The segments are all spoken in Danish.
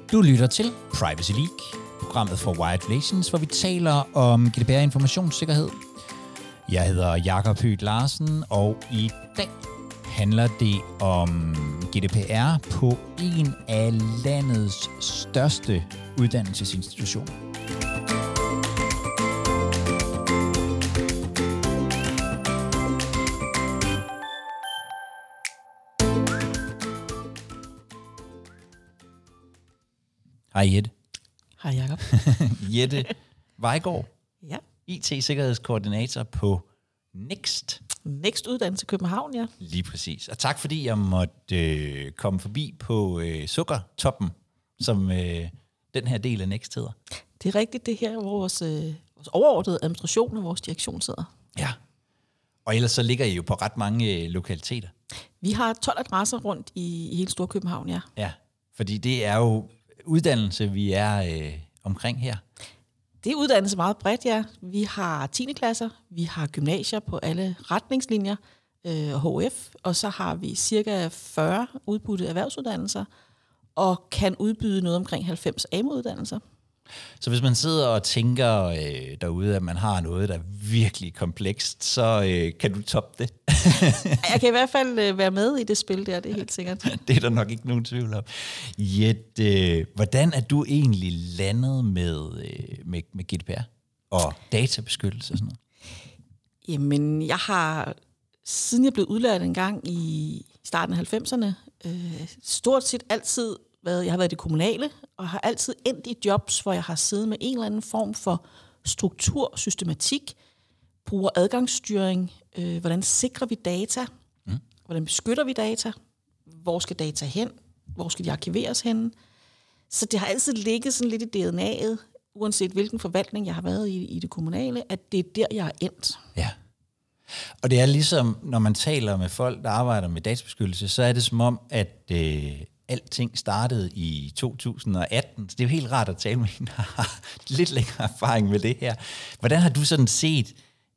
Du lytter til Privacy League, programmet for Wired Relations, hvor vi taler om GDPR-informationssikkerhed. Jeg hedder Jakob Høgh Larsen, og i dag handler det om GDPR på en af landets største uddannelsesinstitutioner. Hej Jette. Hej Jakob. Jette Vejgaard, Ja. IT-sikkerhedskoordinator på Next. Next uddannelse København, ja. Lige præcis. Og tak fordi jeg måtte komme forbi på Sukkertoppen, som den her del af Next hedder. Det er rigtigt, det her, hvor vores overordnede administration og vores direktion sidder. Ja. Og ellers så ligger I jo på ret mange lokaliteter. Vi har 12 adresser rundt i hele Storkøbenhavn, ja. Ja, fordi det er jo uddannelse, vi er omkring her. Det er uddannelse meget bredt, ja. Vi har 10. klasser, vi har gymnasier på alle retningslinjer og HF, og så har vi cirka 40 udbudte erhvervsuddannelser, og kan udbyde noget omkring 90 AMU-uddannelser. Så hvis man sidder og tænker derude, at man har noget, der er virkelig komplekst, så kan du toppe det. Jeg kan i hvert fald være med i det spil der, det er helt sikkert. Det er der nok ikke nogen tvivl om. Jette, hvordan er du egentlig landet med GDPR og databeskyttelse og sådan noget? Jamen, jeg har, siden jeg blev udlært en gang i starten af 90'erne, stort set altid jeg har været i det kommunale, og har altid endt i jobs, hvor jeg har siddet med en eller anden form for struktur, systematik, bruger adgangsstyring, hvordan sikrer vi data, hvordan beskytter vi data, hvor skal data hen, hvor skal de arkiveres hen. Så det har altid ligget sådan lidt i DNA'et, uanset hvilken forvaltning jeg har været i det kommunale, at det er der, jeg er endt. Ja. Og det er ligesom, når man taler med folk, der arbejder med databeskyttelse, så er det som om, at alting startede i 2018. Så det er jo helt rart at tale med en, der har lidt længere erfaring med det her. Hvordan har du sådan set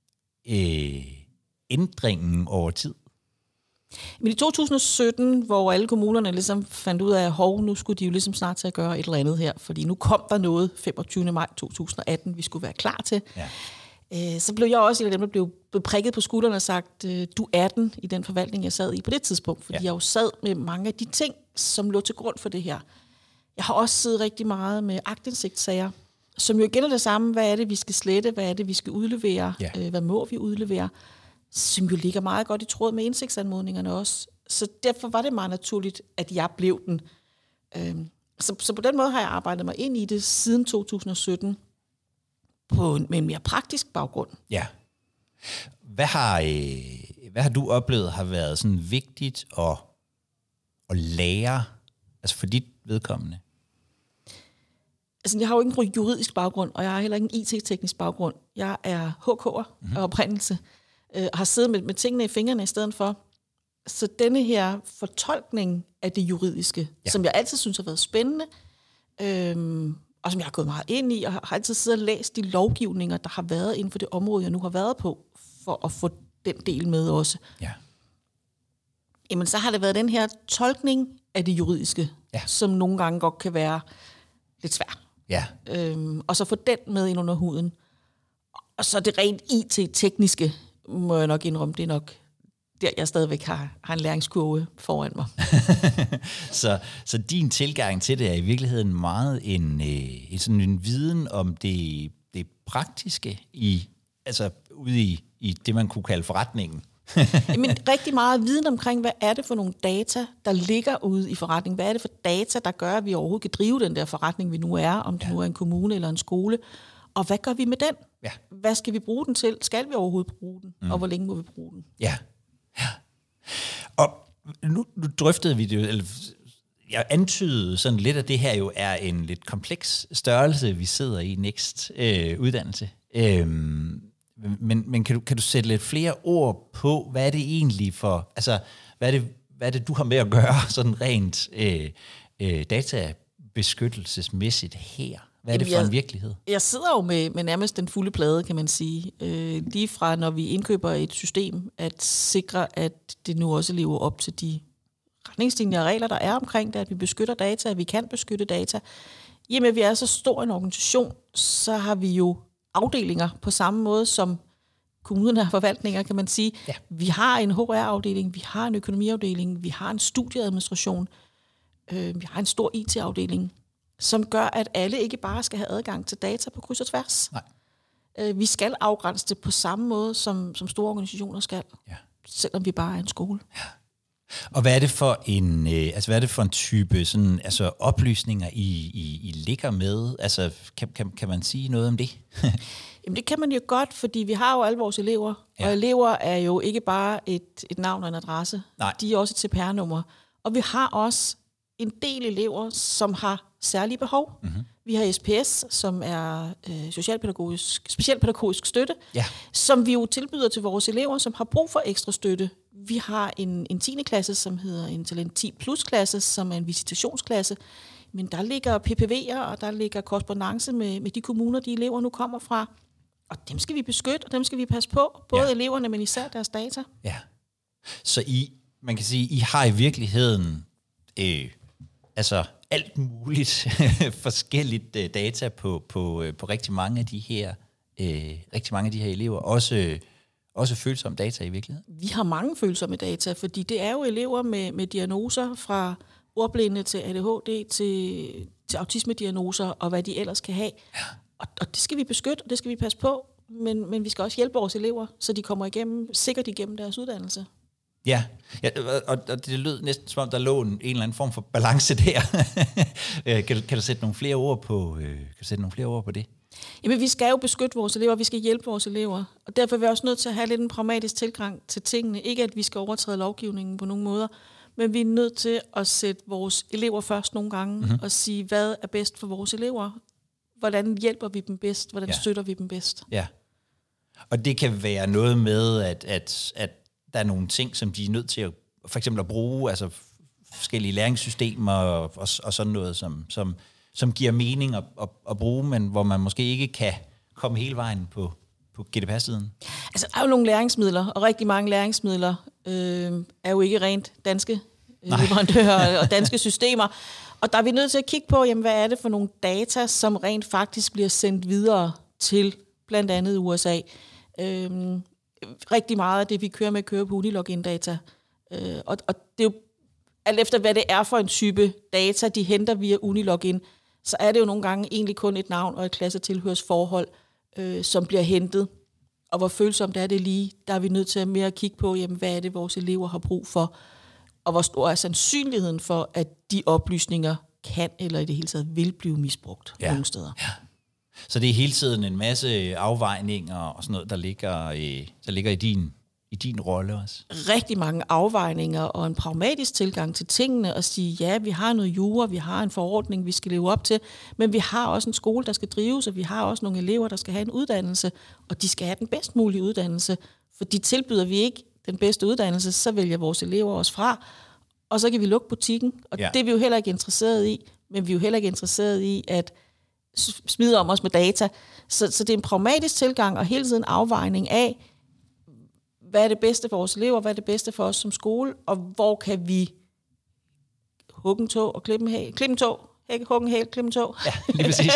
ændringen over tid? Men i 2017, hvor alle kommunerne ligesom fandt ud af, at nu skulle de jo ligesom snart til at gøre et eller andet her, fordi nu kom der noget 25. maj 2018, vi skulle være klar til. Ja. Så blev jeg også en af dem, der blev prikket på skulderen og sagt, du er den i den forvaltning, jeg sad i på det tidspunkt, fordi jeg jo sad med mange af de ting, som lå til grund for det her. Jeg har også siddet rigtig meget med aktindsigtssager, som jo igen er det samme, hvad er det, vi skal slette, hvad er det, vi skal udlevere, hvad må vi udlevere, som jo ligger meget godt i tråd med indsigtsanmodningerne også. Så derfor var det meget naturligt, at jeg blev den. Så på den måde har jeg arbejdet mig ind i det siden 2017, med en mere praktisk baggrund. Ja. Hvad har du oplevet har været sådan vigtigt at lære, altså for dit vedkommende? Altså, jeg har jo ikke en juridisk baggrund, og jeg har heller ikke en IT-teknisk baggrund. Jeg er HK'er af oprindelse, og har siddet med tingene i fingrene i stedet for. Så denne her fortolkning af det juridiske, som jeg altid synes har været spændende, og som jeg har gået meget ind i, og har altid siddet og læst de lovgivninger, der har været inden for det område, jeg nu har været på, for at få den del med også. Ja. Jamen, så har det været den her tolkning af det juridiske, som nogle gange godt kan være lidt svær. Ja. Og så få den med ind under huden. Og så det rent IT-tekniske, må jeg nok indrømme, det er nok der, jeg stadigvæk har en læringskurve foran mig. så din tilgang til det er i virkeligheden meget sådan en viden om det praktiske ude i det, man kunne kalde forretningen. Men rigtig meget viden omkring, hvad er det for nogle data, der ligger ude i forretningen? Hvad er det for data, der gør, at vi overhovedet kan drive den der forretning, vi nu er, om det nu er en kommune eller en skole? Og hvad gør vi med den? Ja. Hvad skal vi bruge den til? Skal vi overhovedet bruge den? Og hvor længe må vi bruge den? Ja. Og nu drøftede vi det jo, eller jeg antydede sådan lidt, at det her jo er en lidt kompleks størrelse, vi sidder i Next uddannelse. Men kan du sætte lidt flere ord på, hvad er det egentlig for, altså hvad er det du har med at gøre sådan rent databeskyttelsesmæssigt her? Hvad er det for en virkelighed? Jeg sidder jo med nærmest den fulde plade, kan man sige. Lige fra når vi indkøber et system, at sikre, at det nu også lever op til de retningslinjer og regler, der er omkring det, at vi beskytter data, at vi kan beskytte data. Jamen, vi er så stor en organisation, så har vi jo afdelinger på samme måde som kommunerne har forvaltninger, kan man sige. Ja. Vi har en HR-afdeling, vi har en økonomiafdeling, vi har en studieadministration, vi har en stor IT-afdeling, som gør, at alle ikke bare skal have adgang til data på kryds og tværs. Nej. Vi skal afgrænse det på samme måde, som store organisationer skal, selvom vi bare er en skole. Ja. Og hvad er det for en type sådan, altså oplysninger I ligger med? Altså kan man sige noget om det? Jamen det kan man jo godt, fordi vi har jo alle vores elever, og elever er jo ikke bare et navn og en adresse. Nej. De er også et CPR-nummer. Og vi har også en del elever, som har særlige behov. Mm-hmm. Vi har SPS, som er specialpædagogisk støtte, som vi jo tilbyder til vores elever, som har brug for ekstra støtte. Vi har en 10. klasse, som hedder en Talent 10 Plus klasse, som er en visitationsklasse. Men der ligger PPV'er, og der ligger korrespondance med de kommuner, de elever nu kommer fra. Og dem skal vi beskytte, og dem skal vi passe på. Både eleverne, men især deres data. Ja. Så man kan sige, I har i virkeligheden alt muligt forskelligt data på rigtig mange af de her elever. Også følsomme data i virkeligheden. Vi har mange følsomme data, fordi det er jo elever med diagnoser fra ordblinde til ADHD til autismediagnoser og hvad de ellers kan have. Ja. Og det skal vi beskytte, og det skal vi passe på, men vi skal også hjælpe vores elever, så de kommer sikkert igennem deres uddannelse. Ja, og det lød næsten som om, der lå en eller anden form for balance der. Kan du sætte nogle flere ord på det? Jamen, vi skal jo beskytte vores elever, vi skal hjælpe vores elever, og derfor er vi også nødt til at have lidt en pragmatisk tilgang til tingene. Ikke at vi skal overtræde lovgivningen på nogen måder, men vi er nødt til at sætte vores elever først nogle gange, og sige, hvad er bedst for vores elever? Hvordan hjælper vi dem bedst? Hvordan støtter vi dem bedst? Ja, og det kan være noget med, at der er nogle ting, som de er nødt til for eksempel at bruge, altså forskellige læringssystemer og sådan noget, som giver mening at bruge, men hvor man måske ikke kan komme hele vejen på GDPR-siden. Altså, der er jo nogle læringsmidler, og rigtig mange læringsmidler er jo ikke rent danske leverandører og danske systemer. Og der er vi nødt til at kigge på, jamen, hvad er det for nogle data, som rent faktisk bliver sendt videre til blandt andet USA. Rigtig meget af det, vi kører på Unilogin-data. Og det er jo alt efter, hvad det er for en type data, de henter via Unilogin, så er det jo nogle gange egentlig kun et navn og et klassetilhørsforhold, som bliver hentet. Og hvor følsomt er det lige, der er vi nødt til at mere at kigge på, jamen, hvad er det, vores elever har brug for, og hvor stor er sandsynligheden for, at de oplysninger kan eller i det hele taget vil blive misbrugt nogle steder. Ja. Så det er hele tiden en masse afvejninger og sådan noget, der ligger i din rolle også? Rigtig mange afvejninger og en pragmatisk tilgang til tingene og sige, ja, vi har noget jura, vi har en forordning, vi skal leve op til, men vi har også en skole, der skal drives, og vi har også nogle elever, der skal have en uddannelse, og de skal have den bedst mulige uddannelse, for de tilbyder vi ikke den bedste uddannelse, så vælger vores elever os fra, og så kan vi lukke butikken, og det er vi jo heller ikke interesseret i, men vi er jo heller ikke interesseret i at smide om os med data. Så det er en pragmatisk tilgang og hele tiden afvejning af, hvad er det bedste for vores elever, hvad er det bedste for os som skole, og hvor kan vi hugge en tog og klippe en tog, hugge en hæl, klippe en tog. Ja, lige præcis.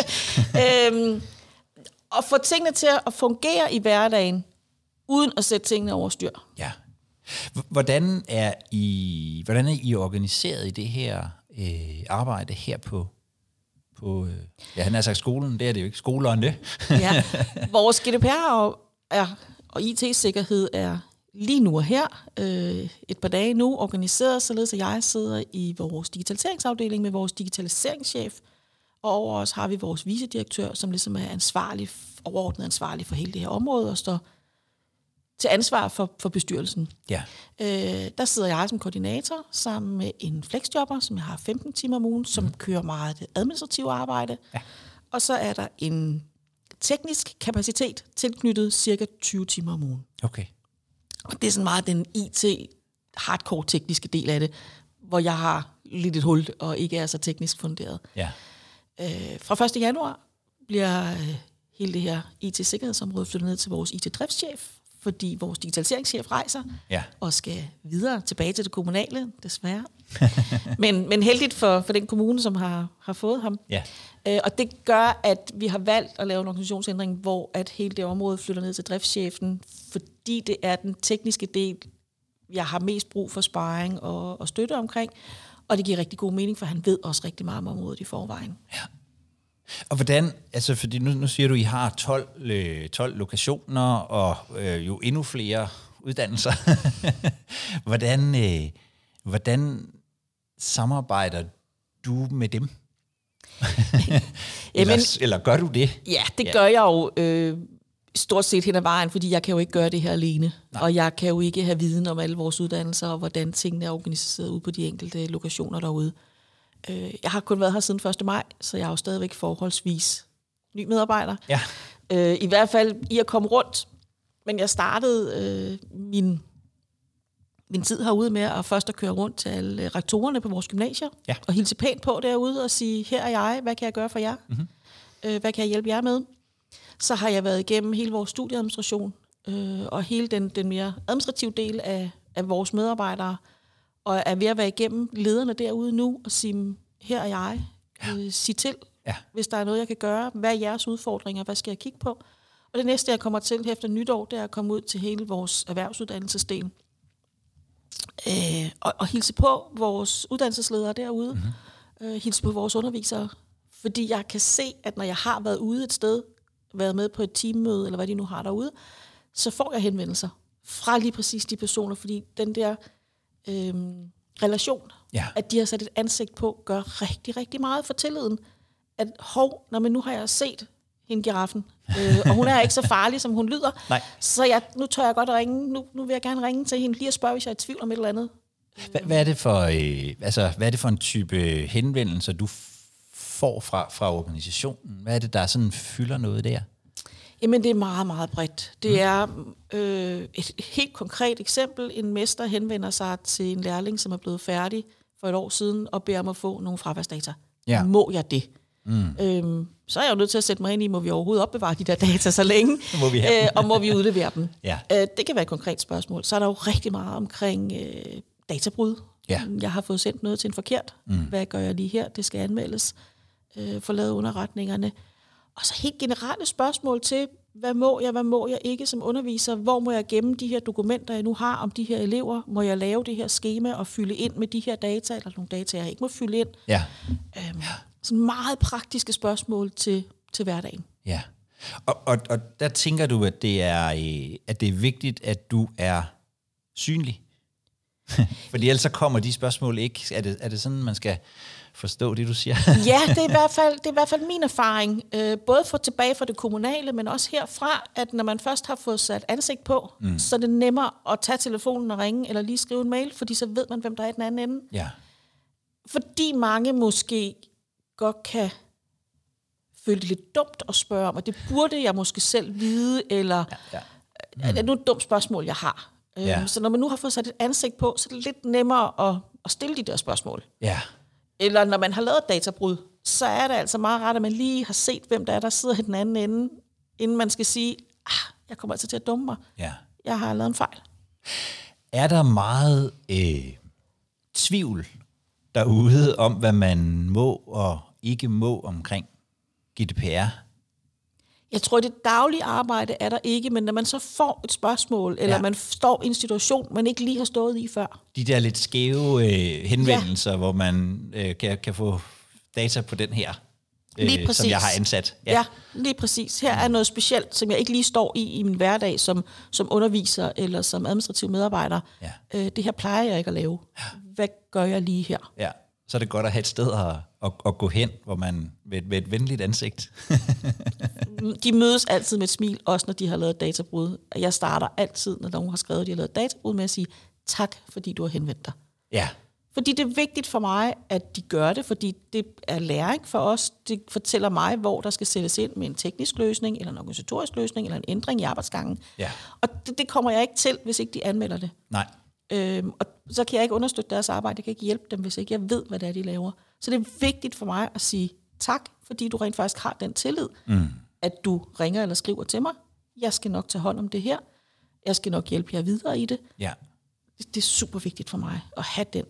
Og få tingene til at fungere i hverdagen, uden at sætte tingene over styr. Ja. Hvordan er I organiseret i det her arbejde her på han har sagt skolen, det er det jo ikke, skolerne. Ja, vores GDPR og IT-sikkerhed er lige nu og her, et par dage nu, organiseret, således at jeg sidder i vores digitaliseringsafdeling med vores digitaliseringschef, og over os har vi vores vicedirektør, som ligesom er overordnet ansvarlig for hele det her område, og står til ansvar for bestyrelsen. Ja. Der sidder jeg som koordinator sammen med en flexjobber, som jeg har 15 timer om ugen, som kører meget det administrative arbejde. Ja. Og så er der en teknisk kapacitet tilknyttet cirka 20 timer om ugen. Okay. Og det er sådan meget den IT-hardcore tekniske del af det, hvor jeg har lidt et hul og ikke er så teknisk funderet. Ja. Fra 1. januar bliver hele det her IT-sikkerhedsområde flyttet ned til vores IT-driftschef, fordi vores digitaliseringschef rejser og skal videre tilbage til det kommunale, desværre. men heldigt for den kommune, som har fået ham. Ja. Og det gør, at vi har valgt at lave en organisationsændring, hvor at hele det område flytter ned til driftschefen, fordi det er den tekniske del, jeg har mest brug for sparring og støtte omkring. Og det giver rigtig god mening, for han ved også rigtig meget om området i forvejen. Ja. Og hvordan, altså fordi nu siger du, I har 12 lokationer og jo endnu flere uddannelser. Hvordan samarbejder du med dem? eller gør du det? Ja, det gør jeg jo stort set hen ad vejen, fordi jeg kan jo ikke gøre det her alene. Nej. Og jeg kan jo ikke have viden om alle vores uddannelser, og hvordan tingene er organiseret ude på de enkelte lokationer derude. Jeg har kun været her siden 1. maj, så jeg er jo stadigvæk forholdsvis ny medarbejder. Ja. I hvert fald i at komme rundt. Men jeg startede min tid herude med at først at køre rundt til alle rektorerne på vores gymnasier, og hilse pænt på derude og sige, her er jeg, hvad kan jeg gøre for jer? Mm-hmm. Hvad kan jeg hjælpe jer med? Så har jeg været igennem hele vores studieadministration, og hele den mere administrative del af vores medarbejdere, og er ved at være igennem lederne derude nu, og sige, her er jeg, sig til, hvis der er noget, jeg kan gøre. Hvad er jeres udfordringer? Hvad skal jeg kigge på? Og det næste, jeg kommer til efter nytår, det er at komme ud til hele vores erhvervsuddannelsesdel. Og hilse på vores uddannelsesledere derude, hilse på vores undervisere, fordi jeg kan se, at når jeg har været ude et sted, været med på et teammøde, eller hvad de nu har derude, så får jeg henvendelser fra lige præcis de personer, fordi den der relation, at de har sat et ansigt på, gør rigtig, rigtig meget for tilliden. At nu har jeg set hende giraffen, og hun er ikke så farlig, som hun lyder. Nej. Så nu tør jeg godt at ringe. Nu vil jeg gerne ringe til hende, lige at spørge, hvis jeg er i tvivl om et eller andet. Hvad er det for en type henvendelser, du får fra organisationen? Hvad er det, der sådan fylder noget der? Jamen, det er meget, meget bredt. Det er et helt konkret eksempel. En mester henvender sig til en lærling, som er blevet færdig for et år siden, og beder om at få nogle fraværsdata. Ja. Må jeg det? Så er jeg jo nødt til at sætte mig ind i, må vi overhovedet opbevare de der data så længe, og må vi udlevere dem? Ja. Det kan være et konkret spørgsmål. Så er der jo rigtig meget omkring databrud. Ja. Jeg har fået sendt noget til en forkert. Hvad gør jeg lige her? Det skal anmeldes. Få lavet underretningerne. Og så helt generelle spørgsmål til, hvad må jeg ikke som underviser? Hvor må jeg gemme de her dokumenter, jeg nu har om de her elever? Må jeg lave det her skema og fylde ind med de her data, eller nogle data, jeg ikke må fylde ind? Ja. Sådan meget praktiske spørgsmål til hverdagen. Ja. Og der tænker du, at det er vigtigt, at du er synlig? Fordi ellers så kommer de spørgsmål ikke. Er det sådan, man skal forstå det, du siger? Ja, det er i hvert fald min erfaring. Både tilbage fra det kommunale, men også herfra, at når man først har fået sat ansigt på, så er det nemmere at tage telefonen og ringe, eller lige skrive en mail, fordi så ved man, hvem der er i den anden ende. Ja. Fordi mange måske godt kan føle det lidt dumt at spørge om, og det burde jeg måske selv vide, eller er det nu et dumt spørgsmål, jeg har? Så når man nu har fået sat et ansigt på, så er det lidt nemmere at stille de der spørgsmål. Ja. Eller når man har lavet databrud, så er det altså meget rart, at man lige har set, hvem der sidder i den anden ende, inden man skal sige, jeg kommer altså til at dumme mig. Ja. Jeg har lavet en fejl. Er der meget tvivl derude om, hvad man må og ikke må omkring GDPR? Jeg tror, det daglige arbejde er der ikke, men når man så får et spørgsmål, eller man står i en situation, man ikke lige har stået i før. De der lidt skæve henvendelser, hvor man kan få data på den her, som jeg har ansat. Ja, lige præcis. Her er noget specielt, som jeg ikke lige står i min hverdag som underviser eller som administrativ medarbejder. Ja. Det her plejer jeg ikke at lave. Hvad gør jeg lige her? Ja. Så er det godt at have et sted at gå hen, hvor man med et venligt ansigt. De mødes altid med et smil, også når de har lavet databrud. Jeg starter altid, når nogen har skrevet, at de har lavet databrud, med at sige, tak, fordi du har henvendt dig. Ja. Fordi det er vigtigt for mig, at de gør det, fordi det er læring for os. Det fortæller mig, hvor der skal sættes ind med en teknisk løsning, eller en organisatorisk løsning, eller en ændring i arbejdsgangen. Ja. Og det kommer jeg ikke til, hvis ikke de anmelder det. Nej. Og så kan jeg ikke understøtte deres arbejde, jeg kan ikke hjælpe dem, hvis ikke jeg ved, hvad det er, de laver. Så det er vigtigt for mig at sige tak, fordi du rent faktisk har den tillid, at du ringer eller skriver til mig. Jeg skal nok tage hånd om det her. Jeg skal nok hjælpe jer videre i det. Ja. Det er super vigtigt for mig at have den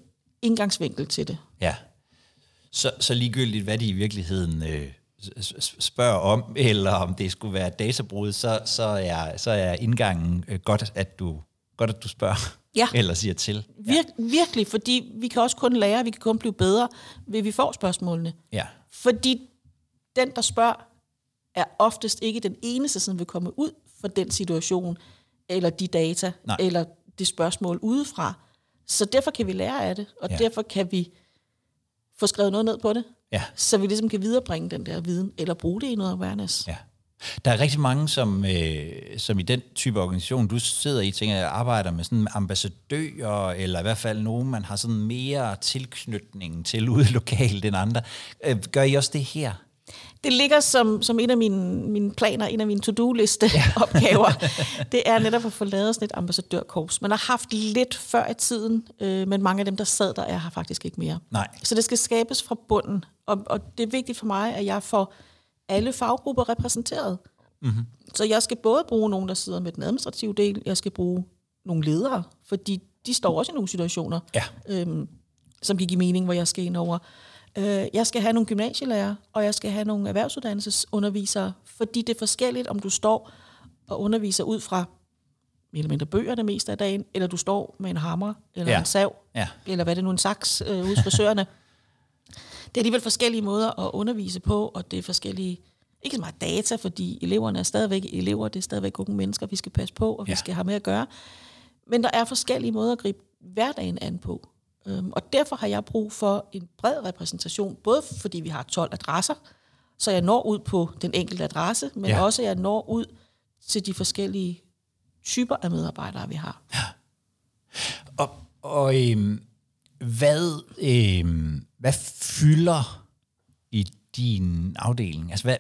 indgangsvinkel til det. Ja. Så ligegyldigt, hvad de i virkeligheden spørger om, eller om det skulle være et databrud, så er indgangen godt, at du spørger, eller siger til. Virkelig, fordi vi kan også kun lære, vi kan kun blive bedre, ved vi får spørgsmålene. Ja. Fordi den, der spørger, er oftest ikke den eneste, som vil komme ud for den situation, eller de data, eller det spørgsmål udefra. Så derfor kan vi lære af det, og derfor kan vi få skrevet noget ned på det, så vi ligesom kan viderebringe den der viden, eller bruge det i noget awareness. Ja. Der er rigtig mange, som i den type organisation, du sidder i, tænker jeg, arbejder med sådan ambassadører, eller i hvert fald nogen, man har sådan mere tilknytning til ude lokalt end andre. Gør I også det her? Det ligger som en af mine planer, en af mine to-do-liste opgaver. Det er netop at få lavet sådan et ambassadørkorps. Man har haft lidt før i tiden, men mange af dem, der sad der, er her faktisk ikke mere. Nej. Så det skal skabes fra bunden. Og det er vigtigt for mig, at jeg får alle faggrupper repræsenteret. Mm-hmm. Så jeg skal både bruge nogen, der sidder med den administrative del, jeg skal bruge nogle ledere, fordi de står også i nogle situationer, som kan give mening, hvor jeg skal ind over. Jeg skal have nogle gymnasielærer, og jeg skal have nogle erhvervsuddannelsesundervisere, fordi det er forskelligt, om du står og underviser ud fra mere eller mindre bøger det meste af dagen, eller du står med en hammer, eller en sav, eller hvad det nu, en saks hos frisørerne. Det er alligevel forskellige måder at undervise på, og det er forskellige, ikke så meget data, fordi eleverne er stadigvæk elever, det er stadigvæk unge mennesker, vi skal passe på, og vi skal have med at gøre. Men der er forskellige måder at gribe hverdagen an på. Og derfor har jeg brug for en bred repræsentation, både fordi vi har 12 adresser, så jeg når ud på den enkelte adresse, men også jeg når ud til de forskellige typer af medarbejdere, vi har. Ja. Og hvad fylder i din afdeling? Altså,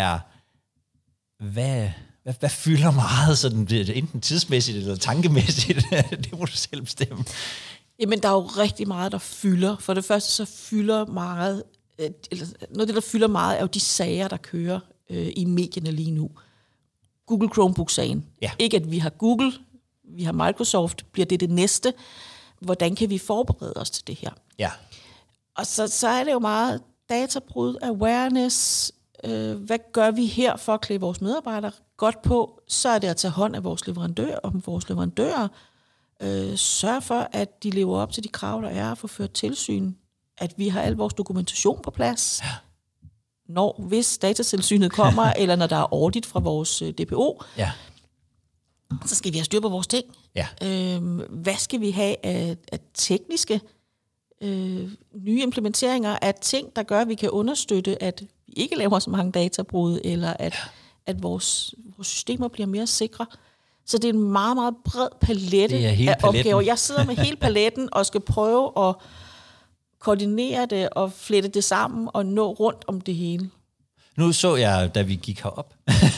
hvad fylder meget, sådan, enten tidsmæssigt eller tankemæssigt? Det må du selv bestemme. Jamen, der er jo rigtig meget, der fylder. For det første, så fylder meget, noget af det, der fylder meget, er jo de sager, der kører i medierne lige nu. Google Chromebook-sagen. Ja. Ikke, at vi har Google, vi har Microsoft. Bliver det næste? Hvordan kan vi forberede os til det her? Ja. Og så er det jo meget databrud, awareness. Hvad gør vi her for at klæde vores medarbejdere godt på? Så er det at tage hånd af vores leverandører, sørg for, at de lever op til de krav, der er, at få ført tilsyn, at vi har al vores dokumentation på plads, hvis datatilsynet kommer, eller når der er audit fra vores DPO, så skal vi have styr på vores ting. Ja. Hvad skal vi have af tekniske nye implementeringer af ting, der gør, at vi kan understøtte, at vi ikke laver så mange databrud, eller at vores systemer bliver mere sikre. Så det er en meget, meget bred palette af opgaver. Jeg sidder med hele paletten og skal prøve at koordinere det og flette det sammen og nå rundt om det hele. Nu så jeg, da vi gik herop,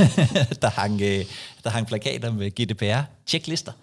der hang plakater med GDPR-checklister.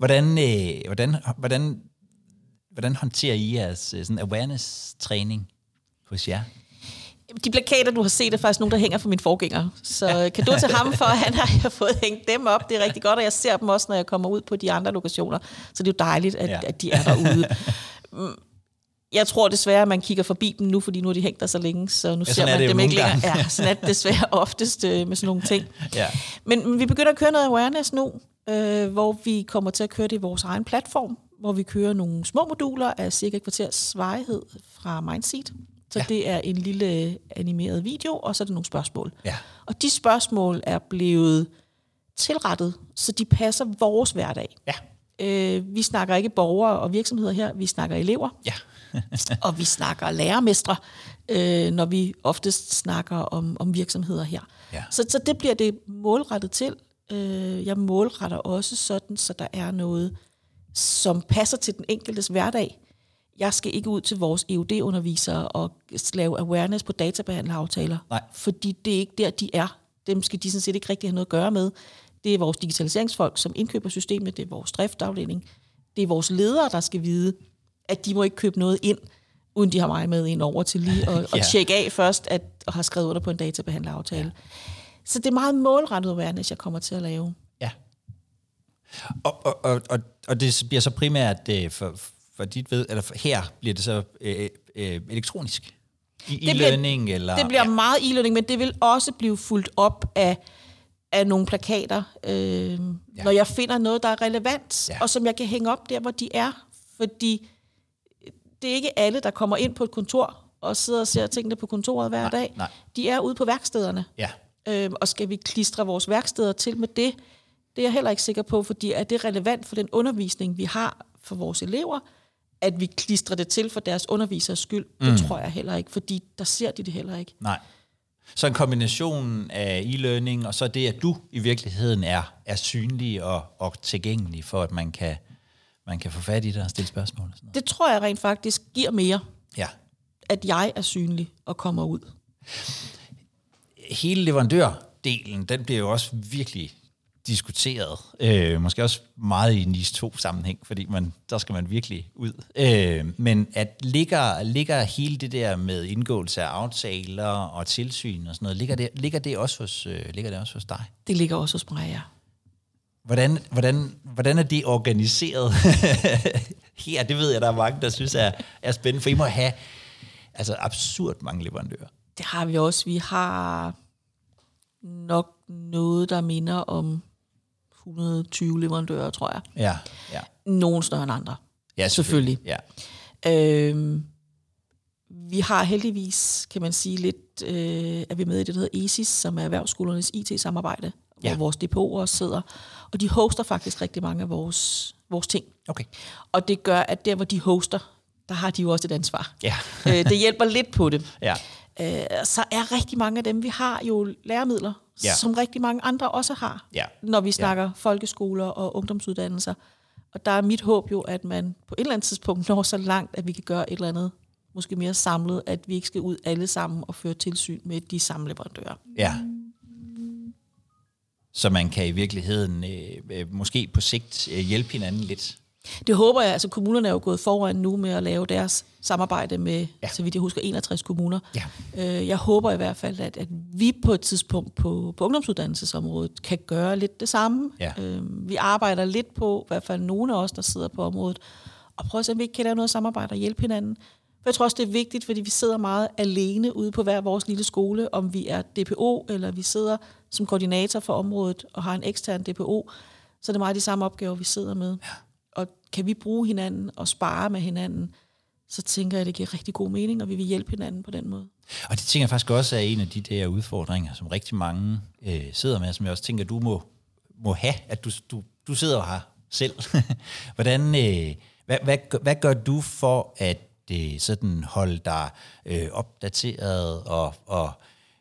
Hvordan håndterer I jeres sådan awareness-træning hos jer? De plakater, du har set, er faktisk nogle, der hænger fra min forgænger. Så kan du til ham for, at han har fået hængt dem op. Det er rigtig godt, og jeg ser dem også, når jeg kommer ud på de andre lokationer. Så det er jo dejligt, at de er derude. Jeg tror desværre, at man kigger forbi dem nu, fordi nu er de hængt der så længe, så nu ser man dem ikke længere. Ja, sådan er det desværre oftest med sådan nogle ting. Ja. Men vi begynder at køre noget awareness nu, hvor vi kommer til at køre det i vores egen platform, hvor vi kører nogle små moduler af cirka et kvarters varighed fra Mindseed. Så det er en lille animeret video, og så er der nogle spørgsmål. Ja. Og de spørgsmål er blevet tilrettet, så de passer vores hverdag. Ja. Vi snakker ikke borgere og virksomheder her, vi snakker elever. Ja. Og vi snakker lærermestre, når vi oftest snakker om virksomheder her. Ja. Så det bliver det målrettet til. Jeg målretter også sådan, så der er noget, som passer til den enkeltes hverdag. Jeg skal ikke ud til vores EUD-undervisere og lave awareness på databehandleraftaler, fordi det er ikke der, de er. Dem skal de sådan set ikke rigtig have noget at gøre med. Det er vores digitaliseringsfolk, som indkøber systemet, det er vores driftafdeling, det er vores ledere, der skal vide, at de må ikke købe noget ind, uden de har mig med ind over til lige at tjekke af først, at have skrevet under på en databehandleraftale. Ja. Så det er meget målrettet awareness, jeg kommer til at lave. Ja. Og det bliver så primært for for dit ved, eller her bliver det så elektronisk? E-learning? Eller? Det bliver meget e-learning, men det vil også blive fulgt op af nogle plakater, når jeg finder noget, der er relevant, og som jeg kan hænge op der, hvor de er. Fordi det er ikke alle, der kommer ind på et kontor og sidder og ser tingene på kontoret hver dag. Nej. De er ude på værkstederne. Ja. Og skal vi klistre vores værksteder til med det? Det er jeg heller ikke sikker på, fordi er det relevant for den undervisning, vi har for vores elever, at vi klistrer det til for deres undervisers skyld? Det tror jeg heller ikke, fordi der ser de det heller ikke. Nej. Så en kombination af e-learning, og så det, at du i virkeligheden er synlig og tilgængelig, for at man kan få fat i det og stille spørgsmål. Og sådan noget. Det tror jeg rent faktisk giver mere, at jeg er synlig og kommer ud. Hele leverandørdelen, den bliver jo også virkelig diskuteret. Måske også meget i NIS 2-sammenhæng, fordi der skal man virkelig ud. Men at ligger hele det der med indgåelse af aftaler og tilsyn og sådan noget, ligger det også hos dig? Det ligger også hos mig, ja. Hvordan er det organiseret her? Det ved jeg, der er mange, der synes er spændende, for I må have absurd mange leverandører. Det har vi også. Vi har nok noget, der minder om 120 leverandører, tror jeg. Ja. Nogle større end andre. Ja, selvfølgelig. Ja. Vi har heldigvis, kan man sige lidt, er vi med i det, der hedder ESIS, som er erhvervsskolernes IT-samarbejde, hvor vores DPO'er sidder, og de hoster faktisk rigtig mange af vores ting. Okay. Og det gør, at der, hvor de hoster, der har de jo også et ansvar. Ja. Det hjælper lidt på det. Ja. Så er rigtig mange af dem, vi har jo læremidler, som rigtig mange andre også har, når vi snakker folkeskoler og ungdomsuddannelser. Og der er mit håb jo, at man på et eller andet tidspunkt når så langt, at vi kan gøre et eller andet, måske mere samlet, at vi ikke skal ud alle sammen og føre tilsyn med de samme leverandører. Ja. Så man kan i virkeligheden måske på sigt hjælpe hinanden lidt. Det håber jeg. Altså kommunerne er jo gået foran nu med at lave deres samarbejde med, så vidt jeg husker, 61 kommuner. Ja. Jeg håber i hvert fald, at vi på et tidspunkt på ungdomsuddannelsesområdet kan gøre lidt det samme. Ja. Vi arbejder lidt på, i hvert fald nogle af os, der sidder på området, og prøve at se, om vi ikke kan lave noget samarbejde og hjælpe hinanden. For jeg tror også, det er vigtigt, fordi vi sidder meget alene ude på hver vores lille skole, om vi er DPO, eller vi sidder som koordinator for området og har en ekstern DPO, så er det meget de samme opgaver, vi sidder med. Ja. Og kan vi bruge hinanden og spare med hinanden, så tænker jeg, at det giver rigtig god mening, og vi vil hjælpe hinanden på den måde. Og det tænker jeg faktisk også er en af de der udfordringer, som rigtig mange sidder med, som jeg også tænker, du må have, at du sidder her selv. Hvad gør du for at sådan holde dig opdateret og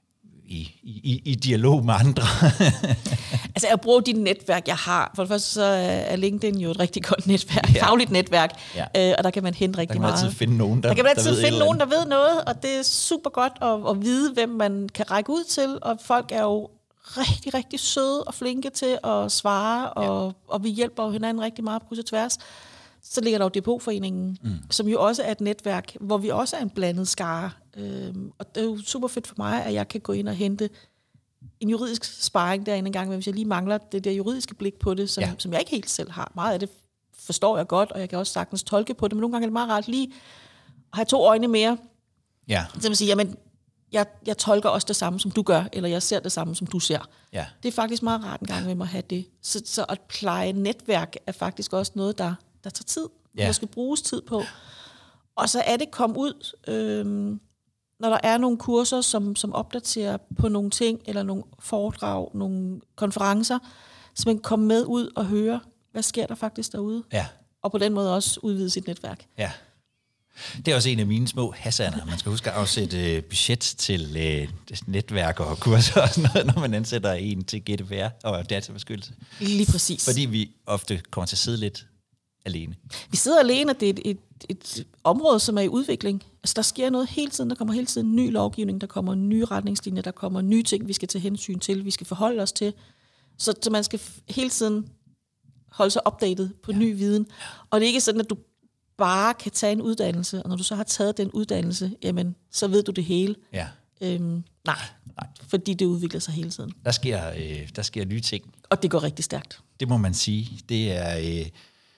i dialog med andre? Altså jeg bruger de netværk, jeg har. For det første så er LinkedIn jo et rigtig godt netværk, fagligt netværk, og der kan man hente rigtig meget. Der kan man altid finde nogen, der ved noget, og det er super godt at vide, hvem man kan række ud til, og folk er jo rigtig, rigtig søde og flinke til at svare, og vi hjælper jo hinanden rigtig meget på kryds og tværs. Så ligger der jo Depotforeningen, som jo også er et netværk, hvor vi også er en blandet skare. Og det er jo super fedt for mig, at jeg kan gå ind og hente en juridisk sparring derinde en gang, hvis jeg lige mangler det der juridiske blik på det, som jeg ikke helt selv har. Meget af det forstår jeg godt, og jeg kan også sagtens tolke på det, men nogle gange er det meget rart lige at have 2 øjne mere. Ja. Så man siger, jamen, jeg tolker også det samme, som du gør, eller jeg ser det samme, som du ser. Ja. Det er faktisk meget rart en gang, at man må have det. Så at pleje netværk er faktisk også noget, der tager tid, der skal bruges tid på. Og så er det komme ud, når der er nogle kurser, som opdaterer på nogle ting, eller nogle foredrag, nogle konferencer, så man kan komme med ud og høre, hvad sker der faktisk derude. Ja. Og på den måde også udvide sit netværk. Ja. Det er også en af mine små hassaner. Man skal huske at afsætte budget til netværk og kurser og sådan noget, når man ansætter en til GDPR og databeskyttelse. Lige præcis. Fordi vi ofte kommer til at sidde lidt alene. Vi sidder alene, og det er et område, som er i udvikling. Altså, der sker noget hele tiden. Der kommer hele tiden ny lovgivning, der kommer nye retningslinjer, der kommer nye ting, vi skal tage hensyn til, vi skal forholde os til. Så man skal hele tiden holde sig opdateret på ny viden. Og det er ikke sådan, at du bare kan tage en uddannelse, og når du så har taget den uddannelse, jamen, så ved du det hele. Ja. Nej, fordi det udvikler sig hele tiden. Der sker nye ting. Og det går rigtig stærkt. Det må man sige. Det er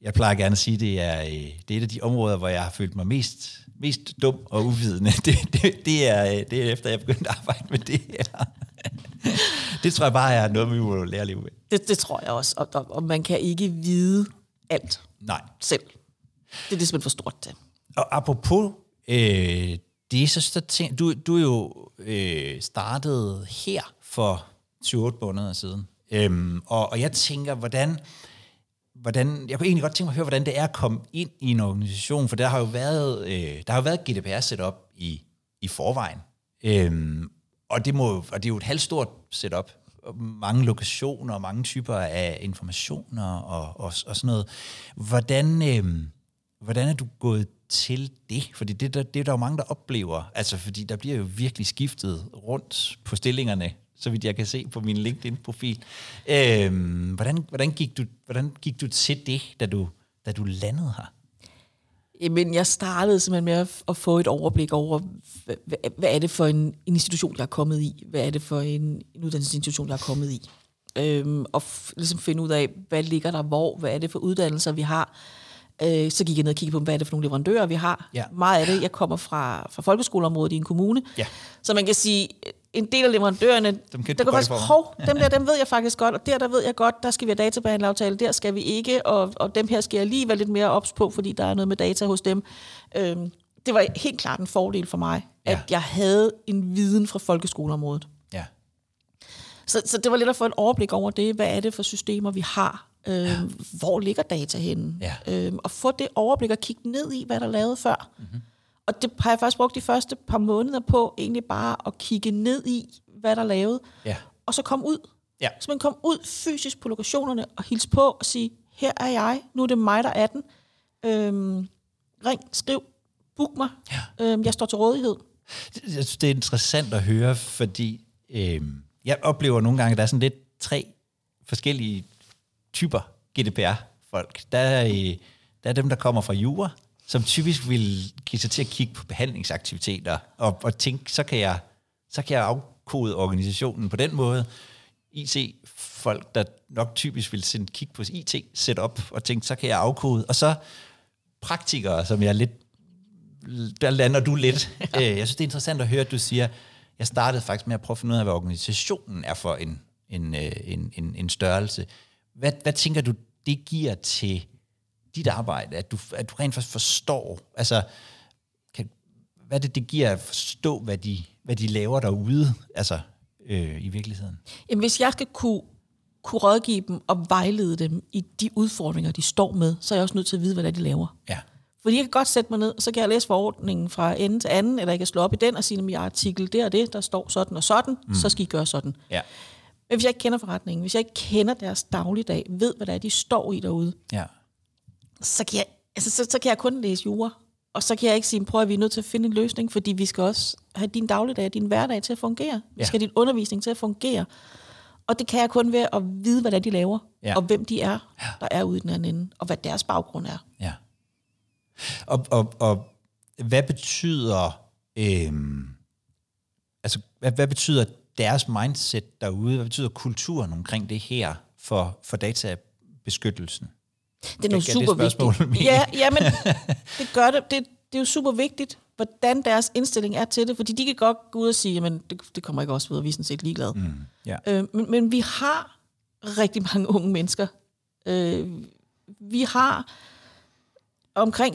Jeg plejer gerne at sige, det er et af de områder, hvor jeg har følt mig mest dum og uvidende. Det er efter, jeg begyndte at arbejde med det her. Det tror jeg bare er noget, vi må lære at leve med. Det tror jeg også, og man kan ikke vide alt selv. Det er simpelthen for stort til. Og apropos det, så du er jo startet her for 7-8 måneder siden. Og jeg tænker, hvordan jeg kunne egentlig godt tænke mig at høre, hvordan det er at komme ind i en organisation, for der har jo været GDPR-setup i forvejen. Og det er jo et halvstort setup, mange lokationer og mange typer af informationer og sådan noget. Hvordan er du gået til det? Fordi det er der jo mange, der oplever, altså fordi der bliver jo virkelig skiftet rundt på stillingerne, så vidt jeg kan se på min LinkedIn-profil. Hvordan gik du til det, da du landede her? Jamen, jeg startede simpelthen med at få et overblik over, hvad er det for en institution, jeg er kommet i? Hvad er det for en uddannelsesinstitution, jeg er kommet i? Og ligesom finde ud af, hvad ligger der hvor? Hvad er det for uddannelser, vi har? Så gik jeg ned og kiggede på, hvad er det for nogle leverandører, vi har. Ja. Meget af det, jeg kommer fra folkeskoleområdet i en kommune. Ja. Så man kan sige, en del af leverandørerne, dem ved jeg faktisk godt, og der ved jeg godt, der skal vi have databehandleraftale, der skal vi ikke, og dem her skal jeg lige være lidt mere ops på, fordi der er noget med data hos dem. Det var helt klart en fordel for mig, at jeg havde en viden fra folkeskoleområdet. Ja. Så det var lidt at få et overblik over det, hvad er det for systemer, vi har. Hvor ligger data henne? Ja. Og få det overblik og kigge ned i, hvad der er lavet før. Mm-hmm. Og det har jeg faktisk brugt de første par måneder på, egentlig bare at kigge ned i, hvad der er lavet, og så komme ud. Ja. Så man kom ud fysisk på lokationerne og hilse på og sige, her er jeg, nu er det mig, der er den. Ring, skriv, book mig. Ja. Jeg står til rådighed. Jeg synes, det er interessant at høre, fordi jeg oplever nogle gange, at der er sådan lidt 3 forskellige typer GDPR-folk. Der er dem, der kommer fra jura, som typisk vil give sig til at kigge på behandlingsaktiviteter og tænke, så kan jeg afkode organisationen på den måde. IT-folk, der nok typisk vil kigge på IT-setup og tænke, så kan jeg afkode. Og så praktikere, som jeg lidt, der lander du lidt. Jeg synes, det er interessant at høre, at du siger, jeg startede faktisk med at prøve at finde ud af, hvad organisationen er for en størrelse. Hvad tænker du, det giver til dit arbejde, at du rent faktisk forstår, altså, hvad det giver at forstå, hvad de laver derude, altså i virkeligheden? Jamen, hvis jeg skal kunne rådgive dem og vejlede dem i de udfordringer, de står med, så er jeg også nødt til at vide, hvad de laver. Ja. Fordi jeg kan godt sætte mig ned, og så kan jeg læse forordningen fra ende til anden, eller jeg kan slå op i den og sige, at i artikel det og det, der står sådan og sådan, så skal I gøre sådan. Ja. Men hvis jeg ikke kender forretningen, hvis jeg ikke kender deres dagligdag, ved, hvad det er, de står i derude, så kan jeg kun læse jura. Og så kan jeg ikke sige, prøv at vi er nødt til at finde en løsning, fordi vi skal også have din dagligdag, din hverdag til at fungere. Vi skal have din undervisning til at fungere. Og det kan jeg kun ved at vide, hvad det er, de laver, og hvem de er, der er ude i den anden ende, og hvad deres baggrund er. Ja. Og hvad betyder, hvad betyder deres mindset derude? Hvad betyder kulturen omkring det her for databeskyttelsen? Det er noget super vigtigt. Ja, men det gør det. Det er jo super vigtigt, hvordan deres indstilling er til det, fordi de kan godt gå ud og sige, jamen det kommer ikke også videre, vi er sådan set ligeglade. Men vi har rigtig mange unge mennesker. Vi har omkring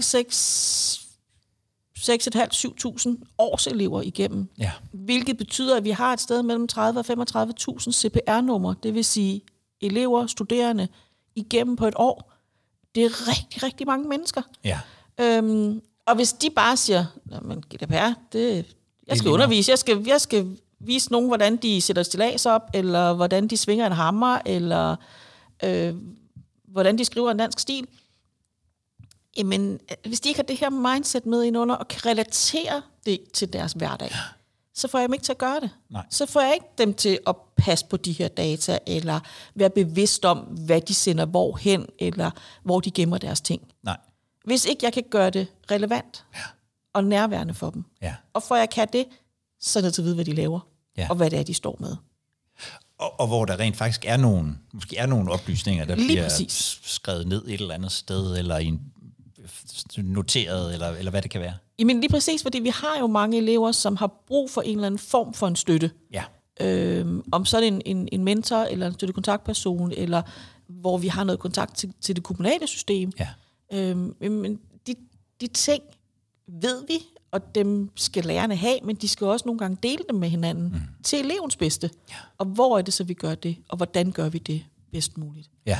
6.500-7.000 årselever igennem, hvilket betyder, at vi har et sted mellem 30 og 35.000 CPR-numre, det vil sige elever, studerende, igennem på et år. Det er rigtig, rigtig mange mennesker. Ja. Og hvis de bare siger, men GDPR, jeg skal undervise, jeg skal vise nogen, hvordan de sætter stillads op, eller hvordan de svinger en hammer, eller hvordan de skriver en dansk stil. Jamen, hvis de ikke har det her mindset med ind under, og kan relatere det til deres hverdag, så får jeg dem ikke til at gøre det. Nej. Så får jeg ikke dem til at passe på de her data, eller være bevidst om, hvad de sender hvorhen, eller hvor de gemmer deres ting. Nej. Hvis ikke jeg kan gøre det relevant og nærværende for dem, og for jeg kan det, så er det til at vide, hvad de laver, og hvad det er, de står med. Og hvor der rent faktisk måske er nogle oplysninger, der Lige bliver præcis. skrevet ned et eller andet sted, eller noteret, eller hvad det kan være. Jamen lige præcis, fordi vi har jo mange elever, som har brug for en eller anden form for en støtte. Ja. Om så er det en mentor, eller en støttekontaktperson, eller hvor vi har noget kontakt til det kommunale system. Ja. Men de ting ved vi, og dem skal lærerne have, men de skal også nogle gange dele dem med hinanden til elevens bedste. Ja. Og hvor er det så, vi gør det, og hvordan gør vi det bedst muligt? Ja.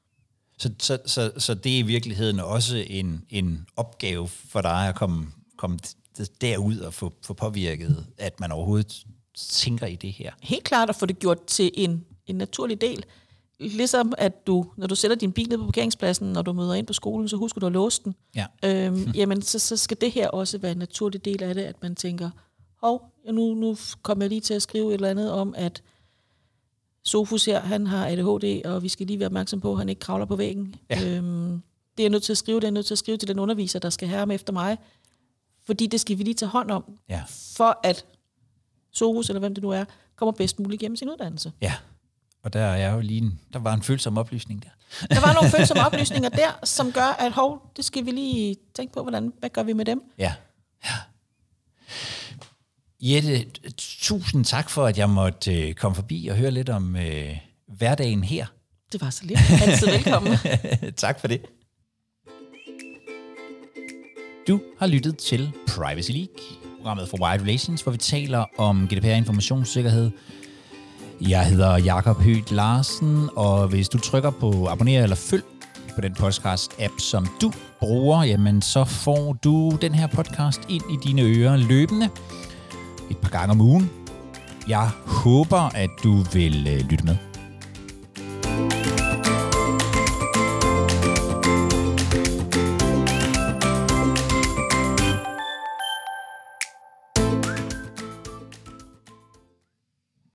Så det er i virkeligheden også en opgave for dig at komme derud og få påvirket, at man overhovedet tænker i det her. Helt klart at få det gjort til en naturlig del. Ligesom at når du sætter din bil ned på parkeringspladsen, når du møder ind på skolen, så husker du at låse den. Ja. Jamen, så skal det her også være en naturlig del af det, at man tænker, nu kommer jeg lige til at skrive et eller andet om, at Sofus her, han har ADHD, og vi skal lige være opmærksom på, at han ikke kravler på væggen. Ja. Det er jeg nødt til at skrive, til den underviser, der skal have ham efter mig. Fordi det skal vi lige tage hånd om, for at Sofus, eller hvem det nu er, kommer bedst muligt gennem sin uddannelse. Ja, og der var en følsom oplysning der. Der var nogle følsomme oplysninger der, som gør, at det skal vi lige tænke på, hvad gør vi med dem? Ja. Jette, tusind tak for, at jeg måtte komme forbi og høre lidt om hverdagen her. Det var så lidt. Altid velkommen. Tak for det. Du har lyttet til Privacy League, programmet for Wired Relations, hvor vi taler om GDPR-informationssikkerhed. Jeg hedder Jakob Høgh Larsen, og hvis du trykker på abonner eller følg på den podcast-app, som du bruger, jamen så får du den her podcast ind i dine ører løbende et par gange om ugen. Jeg håber, at du vil lytte med.